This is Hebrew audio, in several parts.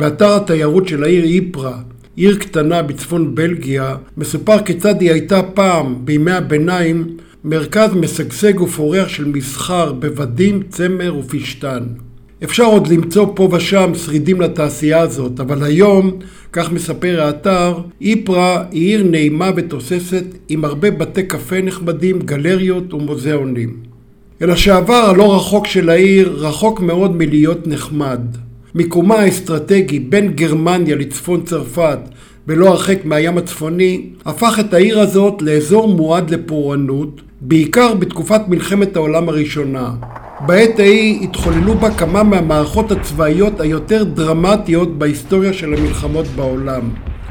באתר התיירות של העיר איפרה, עיר קטנה בצפון בלגיה, מסופר כיצד היא הייתה פעם, בימי הביניים, מרכז משגשג ופורח של מסחר בבדים, צמר ופשטן. אפשר עוד למצוא פה ושם שרידים לתעשייה הזאת, אבל היום, כך מספר האתר, איפרה היא עיר נעימה ותוססת עם הרבה בתי קפה נחמדים, גלריות ומוזיאונים. אלא שהעבר הלא רחוק של העיר רחוק מאוד מלהיות נחמד. מיקומה האסטרטגי בין גרמניה לצפון צרפת ולא הרחק מהים הצפוני, הפך את העיר הזאת לאזור מועד לפורענות, בעיקר בתקופת מלחמת העולם הראשונה. בעת ההיא התחוללו בה כמה מהמערכות הצבאיות היותר דרמטיות בהיסטוריה של המלחמות בעולם.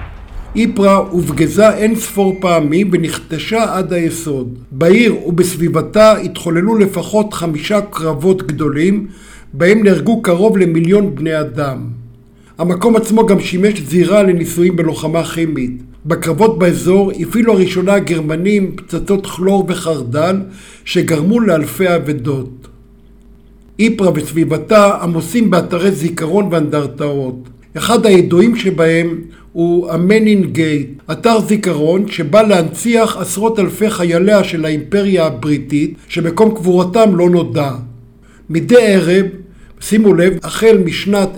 איפרה הופגזה אין ספור פעמים ונכתשה עד היסוד. בעיר ובסביבתה התחוללו לפחות 5 קרבות גדולים, בהם נהרגו קרוב ל1,000,000 בני אדם. המקום עצמו גם שימש זירה לניסויים בלוחמה כימית. בקרבות באזור הפעילו הראשונה הגרמנים פצצות כלור וחרדל שגרמו לאלפי אבדות. איפרה וסביבתה עמוסים באתרי זיכרון ואנדרטאות. אחד הידועים שבהם הוא המנין גייט, אתר זיכרון שבא להנציח עשרות אלפי חייליה של האימפריה הבריטית שמקום קבורתם לא נודע. מדי ערב, שימו לב, החל משנת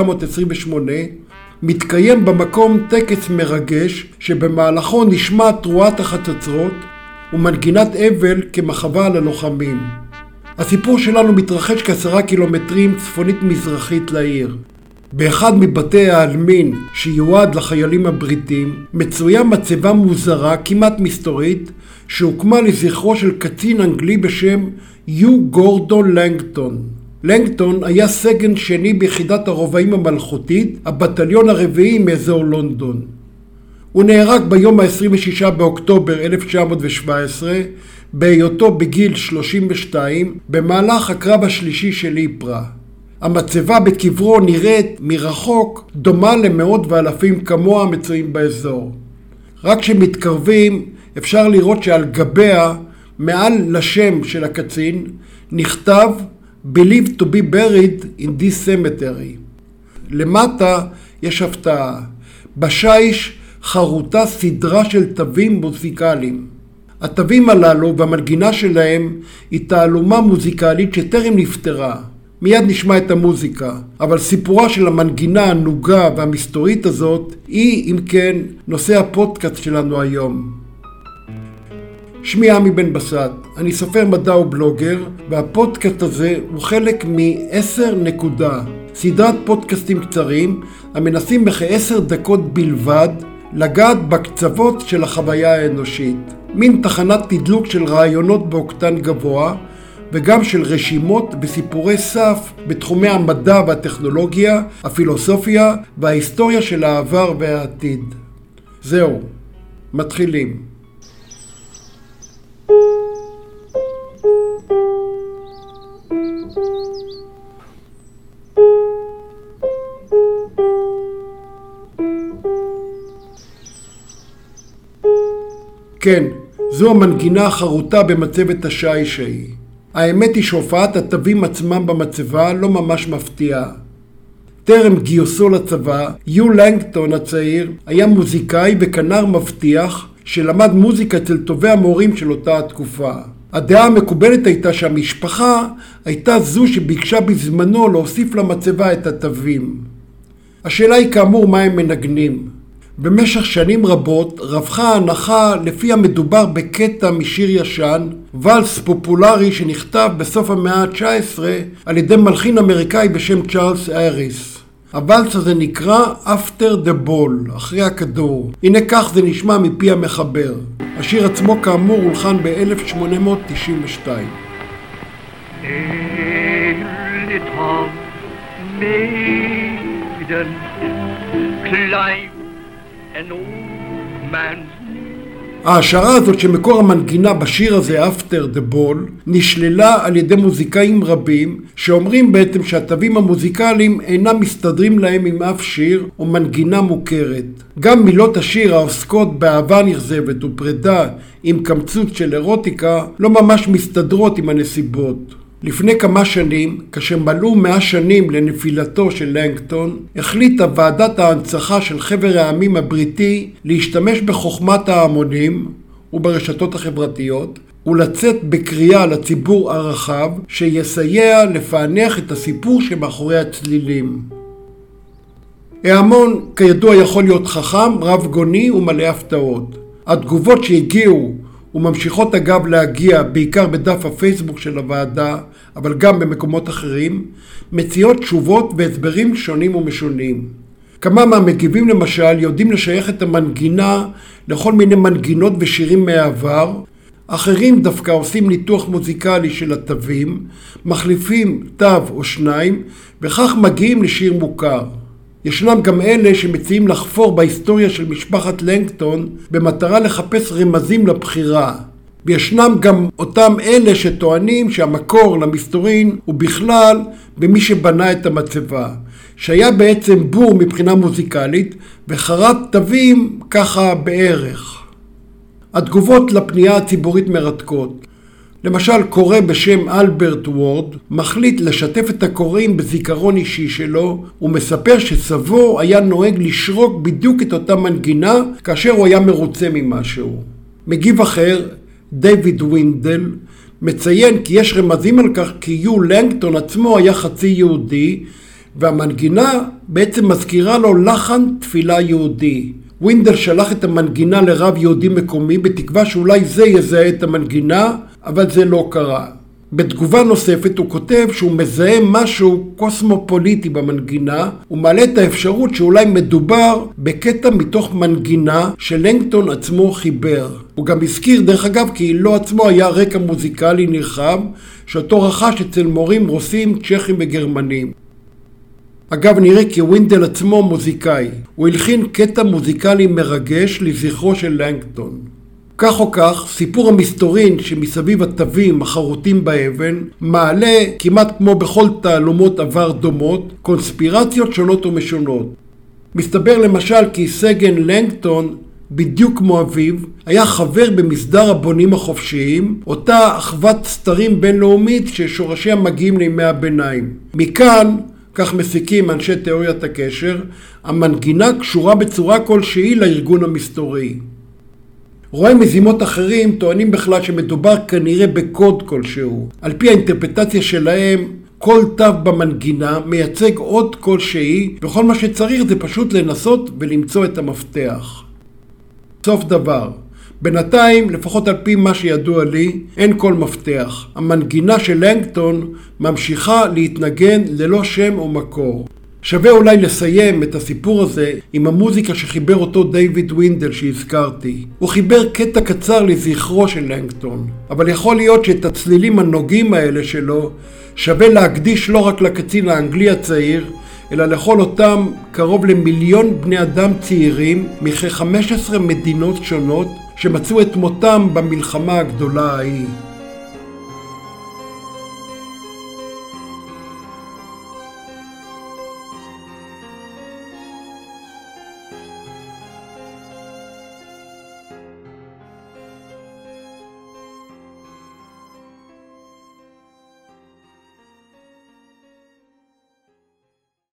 1928, מתקיים במקום טקס מרגש שבמהלכו נשמע תרועת החצוצרות ומנגינת אבל כמחווה ללוחמים. הסיפור שלנו מתרחש כ10 קילומטרים צפונית מזרחית לעיר. באחד מבתי העלמין שיועד לחיילים הבריטים מצויה מצבה מוזרה כמעט מסתורית שהוקמה לזכרו של קצין אנגלי בשם יו גורדון לנגטון. לנגטון היה סגן שני ביחידת הרובעים המלכותית, הבטליון הרביעי מאזור לונדון. הוא נהרג ביום ה-26 באוקטובר 1917 בהיותו בגיל 32 במהלך הקרב השלישי של איפרה. המצבה בקברו נראית מרחוק דומה למאות ואלפים כמוה המצויים באזור. רק כשמתקרבים אפשר לראות שעל גביה, מעל לשם של הקצין, נכתב Believed to be buried in this cemetery. למטה יש הפתעה. בשיש חרוטה סדרה של תווים מוזיקליים. התווים הללו והמנגינה שלהם היא תעלומה מוזיקלית שטרם נפטרה. מיד נשמע את המוזיקה, אבל סיפורה של המנגינה הנוגה והמסתורית הזאת היא, אם כן, נושא הפודקאסט שלנו היום. שמי עמי בן בסט, אני סופר מדע ובלוגר, והפודקאסט הזה הוא חלק מ10 נקודה, סדרת פודקאסטים קצרים המנסים בכ10 דקות בלבד לגעת בקצוות של החוויה האנושית. מין תחנת תדלוק של רעיונות באוקטן גבוה, וגם של רשימות וסיפורי סף בתחומי המדע והטכנולוגיה, הפילוסופיה וההיסטוריה של העבר והעתיד. זהו, מתחילים. כן, זו המנגינה החרוטה במצבת השיש ההיא. האמת היא שהופעת התווים עצמם במצבה לא ממש מפתיעה. טרם גיוסו לצבא, יו לנגטון הצעיר היה מוזיקאי וכנר מבטיח שלמד מוזיקה אצל טובי המורים של אותה התקופה. הדעה המקובלת הייתה שהמשפחה הייתה זו שביקשה בזמנו להוסיף למצבה את התווים. השאלה היא כאמור מה הם מנגנים. במשך שנים רבות רווחה ההנחה לפי המדובר בקטע משיר ישן, ולס פופולרי שנכתב בסוף המאה ה-19 על ידי מלחין אמריקאי בשם צ'ארלס האריס. הוולס הזה נקרא After the Ball, אחרי הכדור. הנה כך זה נשמע מפי המחבר. השיר עצמו כאמור הולחן ב-1892. ההשערה הזאת שמקור המנגינה בשיר הזה After the Ball נשללה על ידי מוזיקאים רבים שאומרים בעצם שהתווים המוזיקליים אינם מסתדרים להם עם אף שיר או מנגינה מוכרת. גם מילות השיר העוסקות באהבה נכזבת ופרידה עם קמצוץ של אירוטיקה לא ממש מסתדרות עם הנסיבות. לפני כמה שנים, כאשר מלאו 100 שנים לנפילתו של לנגטון, החליטה ועדת ההנצחה של חבר העמים הבריטי להשתמש בחוכמת ההמונים וברשתות החברתיות, ולצאת בקריאה לציבור הרחב שיסייע לפענח את הסיפור שמאחורי הצלילים. ההמון כידוע יכול להיות חכם, רב גוני ומלא הפתעות. התגובות שהגיעו וממשיכות אגב להגיע בעיקר בדף הפייסבוק של הוועדה, אבל גם במקומות אחרים, מציעות תשובות והסברים שונים ומשונים. כמה מהמגיבים למשל יודעים לשייך את המנגינה לכל מיני מנגינות ושירים מהעבר, אחרים דווקא עושים ניתוח מוזיקלי של התווים, מחליפים תו או שניים, וכך מגיעים לשיר מוכר. ישנם גם אלה שמציעים לחפור בהיסטוריה של משפחת לנגטון במטרה לחפש רמזים לבחירה. וישנם גם אותם אלה שטוענים שהמקור למסתורין הוא בכלל במי שבנה את המצבה, שהיה בעצם בור מבחינה מוזיקלית וחרט תווים ככה בערך. התגובות לפנייה הציבורית מרתקות. למשל, קורא בשם אלברט וורד מחליט לשתף את הקוראים בזיכרון אישי שלו ומספר שסבו היה נוהג לשרוק בדיוק את אותה מנגינה כאשר הוא היה מרוצה ממשהו. מגיב אחר, דיוויד ווינדל, מציין כי יש רמזים על כך כי יו לנגטון עצמו היה חצי יהודי והמנגינה בעצם מזכירה לו לחן תפילה יהודי. ווינדל שלח את המנגינה לרב יהודי מקומי בתקווה שאולי זה יזהה את המנגינה, אבל זה לא קרה. בתגובה נוספת הוא כותב שהוא מזהה משהו קוסמופוליטי במנגינה, ומעלה את האפשרות שאולי מדובר בקטע מתוך מנגינה שלנגטון עצמו חיבר. הוא גם הזכיר דרך אגב כי לו עצמו היה רקע מוזיקלי נרחב, שאותו רכש אצל מורים רוסים, צ'כים וגרמנים. אגב, נראה כי ווינדל עצמו מוזיקאי. הוא הלחין קטע מוזיקלי מרגש לזכרו של לנגטון. כך או כך, סיפור המסתורין שמסביב התווים החרוטים באבן מעלה, כמעט כמו בכל תעלומות עבר דומות, קונספירציות שונות ומשונות. מסתבר למשל כי סגן לנגטון, בדיוק כמו אביו, היה חבר במסדר הבונים החופשיים, אותה אחוות סתרים בינלאומית ששורשיה מגיעים לימי הביניים. מכאן, כך מסיקים אנשי תיאוריית הקשר, המנגינה קשורה בצורה כלשהי לארגון המסתורי. רואי מזימות אחרים טוענים בכלל שמדובר כנראה בקוד כלשהו. על פי האינטרפטציה שלהם, כל תו במנגינה מייצג עוד כלשהי, וכל מה שצריך זה פשוט לנסות ולמצוא את המפתח. סוף דבר. בינתיים, לפחות על פי מה שידוע לי, אין כל מפתח. המנגינה של לנגטון ממשיכה להתנגן ללא שם או מקור. שווה אולי לסיים את הסיפור הזה עם המוזיקה שחיבר אותו דיוויד ווינדל שהזכרתי. הוא חיבר קטע קצר לזכרו של לנגטון, אבל יכול להיות שאת הצלילים הנוגעים האלה שלו שווה להקדיש לא רק לקצין האנגלי הצעיר, אלא לכל אותם קרוב למיליון בני אדם צעירים מכ-15 מדינות שונות שמצאו את מותם במלחמה הגדולה ההיא.